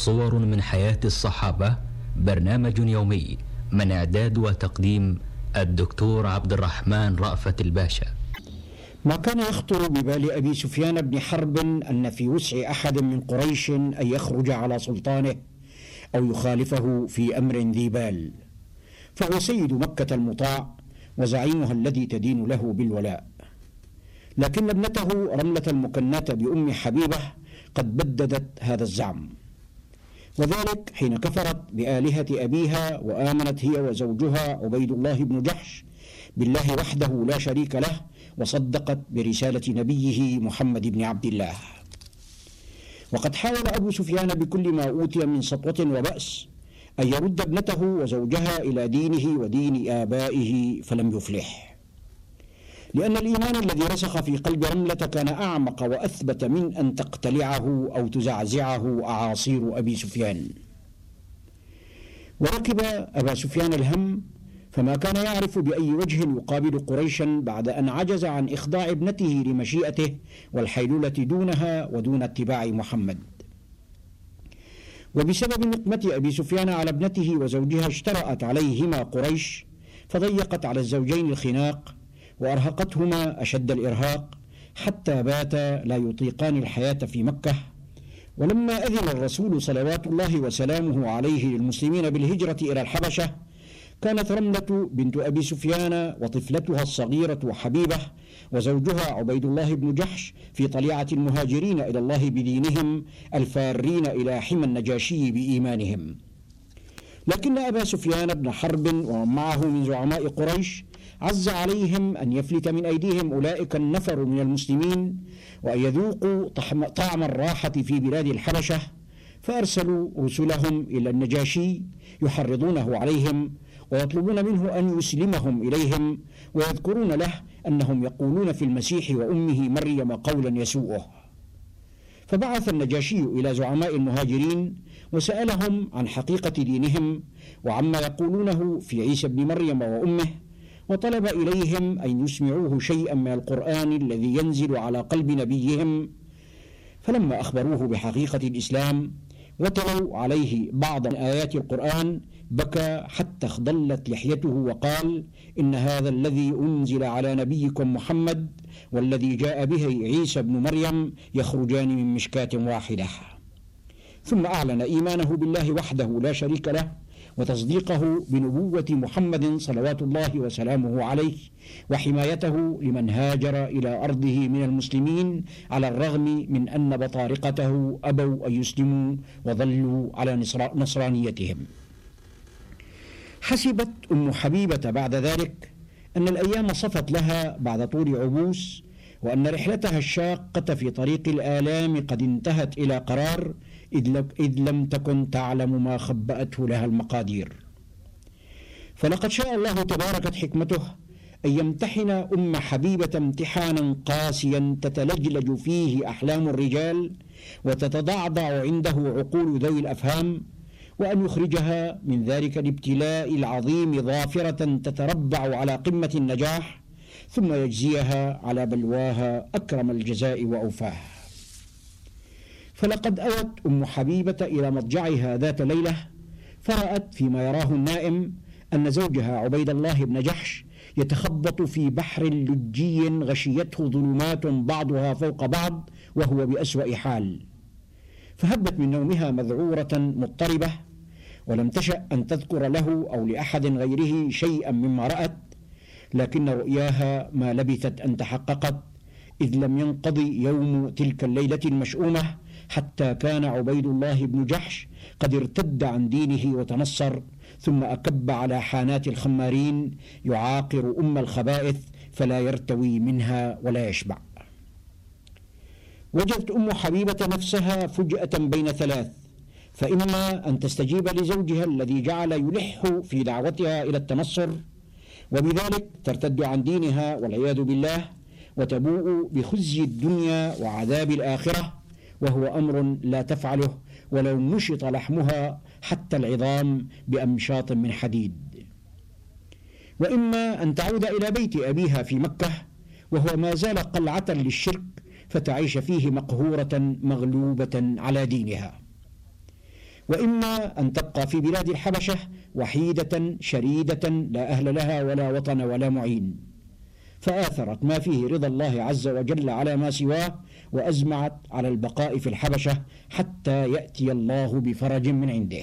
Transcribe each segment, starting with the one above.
صور من حياة الصحابة، برنامج يومي من إعداد وتقديم الدكتور عبد الرحمن رأفت الباشا. ما كان يخطر ببال أبي سفيان بن حرب أن في وسع أحد من قريش أن يخرج على سلطانه أو يخالفه في أمر ذي بال، فهو سيد مكة المطاع وزعيمها الذي تدين له بالولاء. لكن ابنته رملة المكناة بأم حبيبة قد بددت هذا الزعم، وذلك حين كفرت بآلهة أبيها وآمنت هي وزوجها عبيد الله بن جحش بالله وحده لا شريك له، وصدقت برسالة نبيه محمد بن عبد الله. وقد حاول أبو سفيان بكل ما أوتي من سطوة وبأس أن يرد ابنته وزوجها إلى دينه ودين آبائه، فلم يفلح، لأن الإيمان الذي رسخ في قلب رملة كان أعمق وأثبت من أن تقتلعه أو تزعزعه أعاصير أبي سفيان. وركب أبا سفيان الهم، فما كان يعرف بأي وجه يقابل قريشا بعد أن عجز عن إخضاع ابنته لمشيئته والحيلولة دونها ودون اتباع محمد. وبسبب نقمة أبي سفيان على ابنته وزوجها اشترأت عليهما قريش، فضيقت على الزوجين الخناق وأرهقتهما أشد الإرهاق، حتى باتا لا يطيقان الحياة في مكة. ولما أذن الرسول صلوات الله وسلامه عليه للمسلمين بالهجرة إلى الحبشة، كانت رملة بنت أبي سفيان وطفلتها الصغيرة حبيبة وزوجها عبيد الله بن جحش في طليعة المهاجرين إلى الله بدينهم، الفارين إلى حمى النجاشي بإيمانهم. لكن أبا سفيان بن حرب ومن معه من زعماء قريش عز عليهم أن يفلت من أيديهم أولئك النفر من المسلمين وأن يذوقوا طعم الراحة في بلاد الحبشة، فأرسلوا رسلهم إلى النجاشي يحرضونه عليهم ويطلبون منه أن يسلمهم إليهم، ويذكرون له أنهم يقولون في المسيح وأمه مريم قولا يسوءه. فبعث النجاشي إلى زعماء المهاجرين وسألهم عن حقيقة دينهم وعما يقولونه في عيسى بن مريم وأمه، وطلب إليهم أن يسمعوه شيئا من القرآن الذي ينزل على قلب نبيهم. فلما أخبروه بحقيقة الإسلام وتلوا عليه بعض آيات القرآن بكى حتى اخضلت لحيته وقال: إن هذا الذي أنزل على نبيكم محمد والذي جاء به عيسى بن مريم يخرجان من مشكاة واحدة. ثم أعلن إيمانه بالله وحده لا شريك له وتصديقه بنبوة محمد صلوات الله وسلامه عليه، وحمايته لمن هاجر إلى أرضه من المسلمين على الرغم من أن بطارقته أبوا أن يسلموا وظلوا على نصرانيتهم. حسبت أم حبيبة بعد ذلك أن الأيام صفت لها بعد طول عبوس، وأن رحلتها الشاقة في طريق الآلام قد انتهت إلى قرار، إذ لم تكن تعلم ما خبأته لها المقادير. فلقد شاء الله تباركت حكمته أن يمتحن أم حبيبة امتحانا قاسيا تتلجلج فيه أحلام الرجال وتتضعضع عنده عقول ذوي الأفهام، وأن يخرجها من ذلك الابتلاء العظيم ظافرة تتربع على قمة النجاح، ثم يجزيها على بلواها أكرم الجزاء وأوفاه. فلقد أوت أم حبيبة إلى مضجعها ذات ليلة، فرأت فيما يراه النائم أن زوجها عبيد الله بن جحش يتخبط في بحر لجي غشيته ظلمات بعضها فوق بعض وهو بأسوأ حال. فهبت من نومها مذعورة مضطربة، ولم تشأ أن تذكر له أو لأحد غيره شيئا مما رأت، لكن رؤياها ما لبثت أن تحققت، إذ لم ينقضي يوم تلك الليلة المشؤومة حتى كان عبيد الله بن جحش قد ارتد عن دينه وتنصر، ثم أكب على حانات الخمارين يعاقر أم الخبائث فلا يرتوي منها ولا يشبع. وجدت أم حبيبة نفسها فجأة بين ثلاث: فإما أن تستجيب لزوجها الذي جعل يلح في دعوتها إلى التنصر، وبذلك ترتد عن دينها والعياذ بالله، وتبوء بخزي الدنيا وعذاب الآخرة، وهو أمر لا تفعله ولو نشط لحمها حتى العظام بأمشاط من حديد. وإما أن تعود إلى بيت أبيها في مكة وهو ما زال قلعة للشرك، فتعيش فيه مقهورة مغلوبة على دينها. وإما أن تبقى في بلاد الحبشة وحيدة شريدة لا أهل لها ولا وطن ولا معين، فآثرت ما فيه رضا الله عز وجل على ما سواه، وأزمعت على البقاء في الحبشة حتى يأتي الله بفرج من عنده.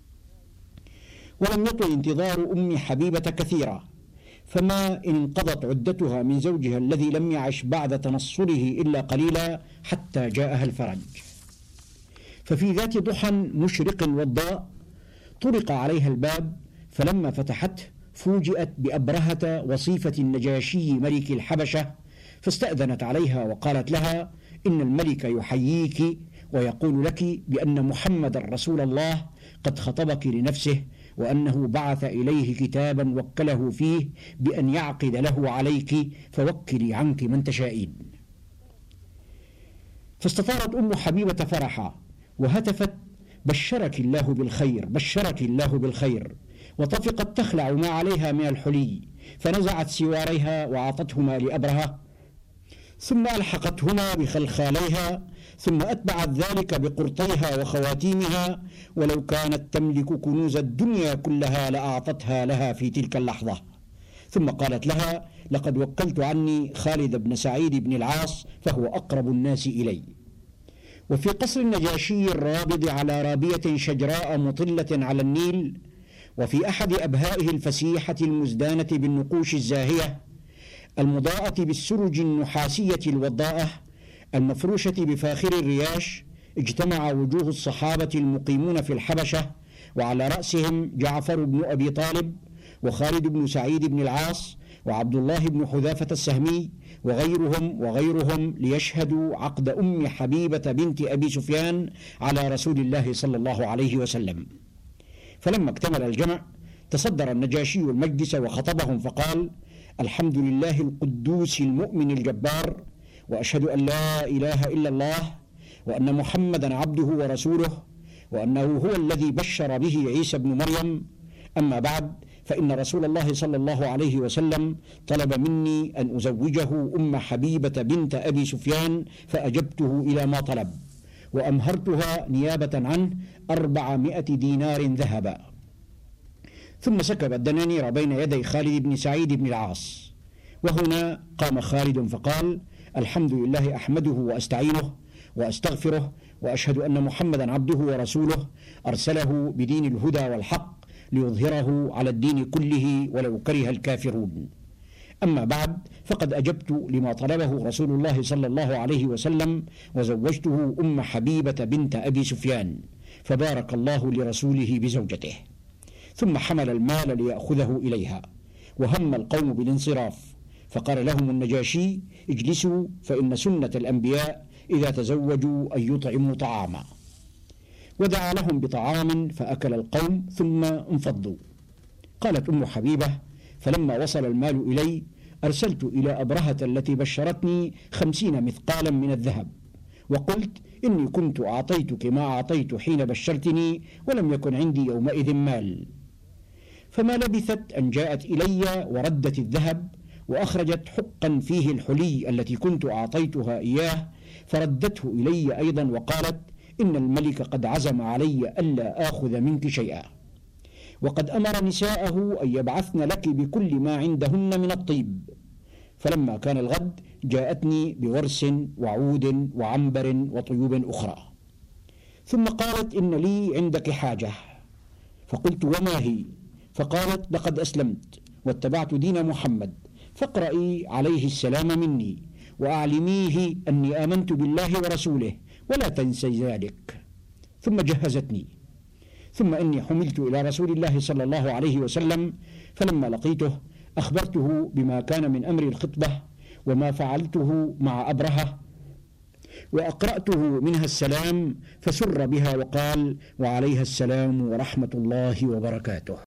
ولم يطل انتظار أم حبيبة كثيرا، فما إن انقضت عدتها من زوجها الذي لم يعش بعد تنصره إلا قليلا حتى جاءها الفرج. ففي ذات ضحى مشرق وضاء طرق عليها الباب، فلما فتحته فوجئت بأبرهة وصيفة النجاشي ملك الحبشة، فاستأذنت عليها وقالت لها: إن الملك يحييك ويقول لك بأن محمد رسول الله قد خطبك لنفسه، وأنه بعث إليه كتابا وكله فيه بأن يعقد له عليك، فوكلي عنك من تشائين. فاستثارت أم حبيبة فرحا وهتفت: بشرك الله بالخير، بشرك الله بالخير. وطفقت تخلع ما عليها من الحلي، فنزعت سواريها وعطتهما لأبرهة، ثم ألحقتهما بخلخاليها، ثم أتبعت ذلك بقرطيها وخواتيمها، ولو كانت تملك كنوز الدنيا كلها لأعطتها لها في تلك اللحظة. ثم قالت لها: لقد وكلت عني خالد بن سعيد بن العاص، فهو أقرب الناس إلي. وفي قصر النجاشي الرابض على رابية شجراء مطلة على النيل، وفي أحد أبهائه الفسيحة المزدانة بالنقوش الزاهية المضاءة بالسرج النحاسية الوضاءة المفروشة بفاخر الرياش، اجتمع وجوه الصحابة المقيمون في الحبشة، وعلى رأسهم جعفر بن أبي طالب، وخالد بن سعيد بن العاص، وعبد الله بن حذافة السهمي، وغيرهم ليشهدوا عقد أم حبيبة بنت أبي سفيان على رسول الله صلى الله عليه وسلم. فلما اكتمل الجمع تصدر النجاشي المجلس وخطبهم فقال: الحمد لله القدوس المؤمن الجبار، وأشهد أن لا إله إلا الله، وأن محمدا عبده ورسوله، وأنه هو الذي بشر به عيسى بن مريم. أما بعد، فإن رسول الله صلى الله عليه وسلم طلب مني أن أزوجه أم حبيبة بنت أبي سفيان، فأجبته إلى ما طلب، وأمهرتها نيابة عنه 400 دينار ذهبا. ثم سكب الدنانير بين يدي خالد بن سعيد بن العاص، وهنا قام خالد فقال: الحمد لله أحمده وأستعينه وأستغفره، وأشهد أن محمدا عبده ورسوله أرسله بدين الهدى والحق ليظهره على الدين كله ولو كره الكافرون. أما بعد، فقد أجبت لما طلبه رسول الله صلى الله عليه وسلم، وزوجته أم حبيبة بنت أبي سفيان، فبارك الله لرسوله بزوجته. ثم حمل المال ليأخذه إليها، وهم القوم بالانصراف، فقال لهم النجاشي: اجلسوا، فإن سنة الأنبياء إذا تزوجوا أن يطعموا طعاما. ودعا لهم بطعام فأكل القوم ثم انفضوا. قالت أم حبيبة: فلما وصل المال إلي أرسلت إلى أبرهة التي بشرتني 50 مثقالا من الذهب، وقلت: إني كنت أعطيتك ما أعطيت حين بشرتني، ولم يكن عندي يومئذ مال. فما لبثت أن جاءت إلي وردت الذهب، وأخرجت حقا فيه الحلي التي كنت أعطيتها إياه، فردته إلي أيضا، وقالت: إن الملك قد عزم علي ألا آخذ منك شيئا، وقد أمر نساءه أن يبعثن لك بكل ما عندهن من الطيب. فلما كان الغد جاءتني بورس وعود وعنبر وطيوب أخرى، ثم قالت: إن لي عندك حاجة. فقلت: وما هي؟ فقالت: لقد أسلمت واتبعت دين محمد، فاقرئي عليه السلام مني، وأعلميه أني آمنت بالله ورسوله، ولا تنسي ذلك. ثم جهزتني، ثم إني حملت إلى رسول الله صلى الله عليه وسلم، فلما لقيته أخبرته بما كان من أمر الخطبة وما فعلته مع أبرهة، وأقرأته منها السلام، فسر بها وقال: وعليها السلام ورحمة الله وبركاته.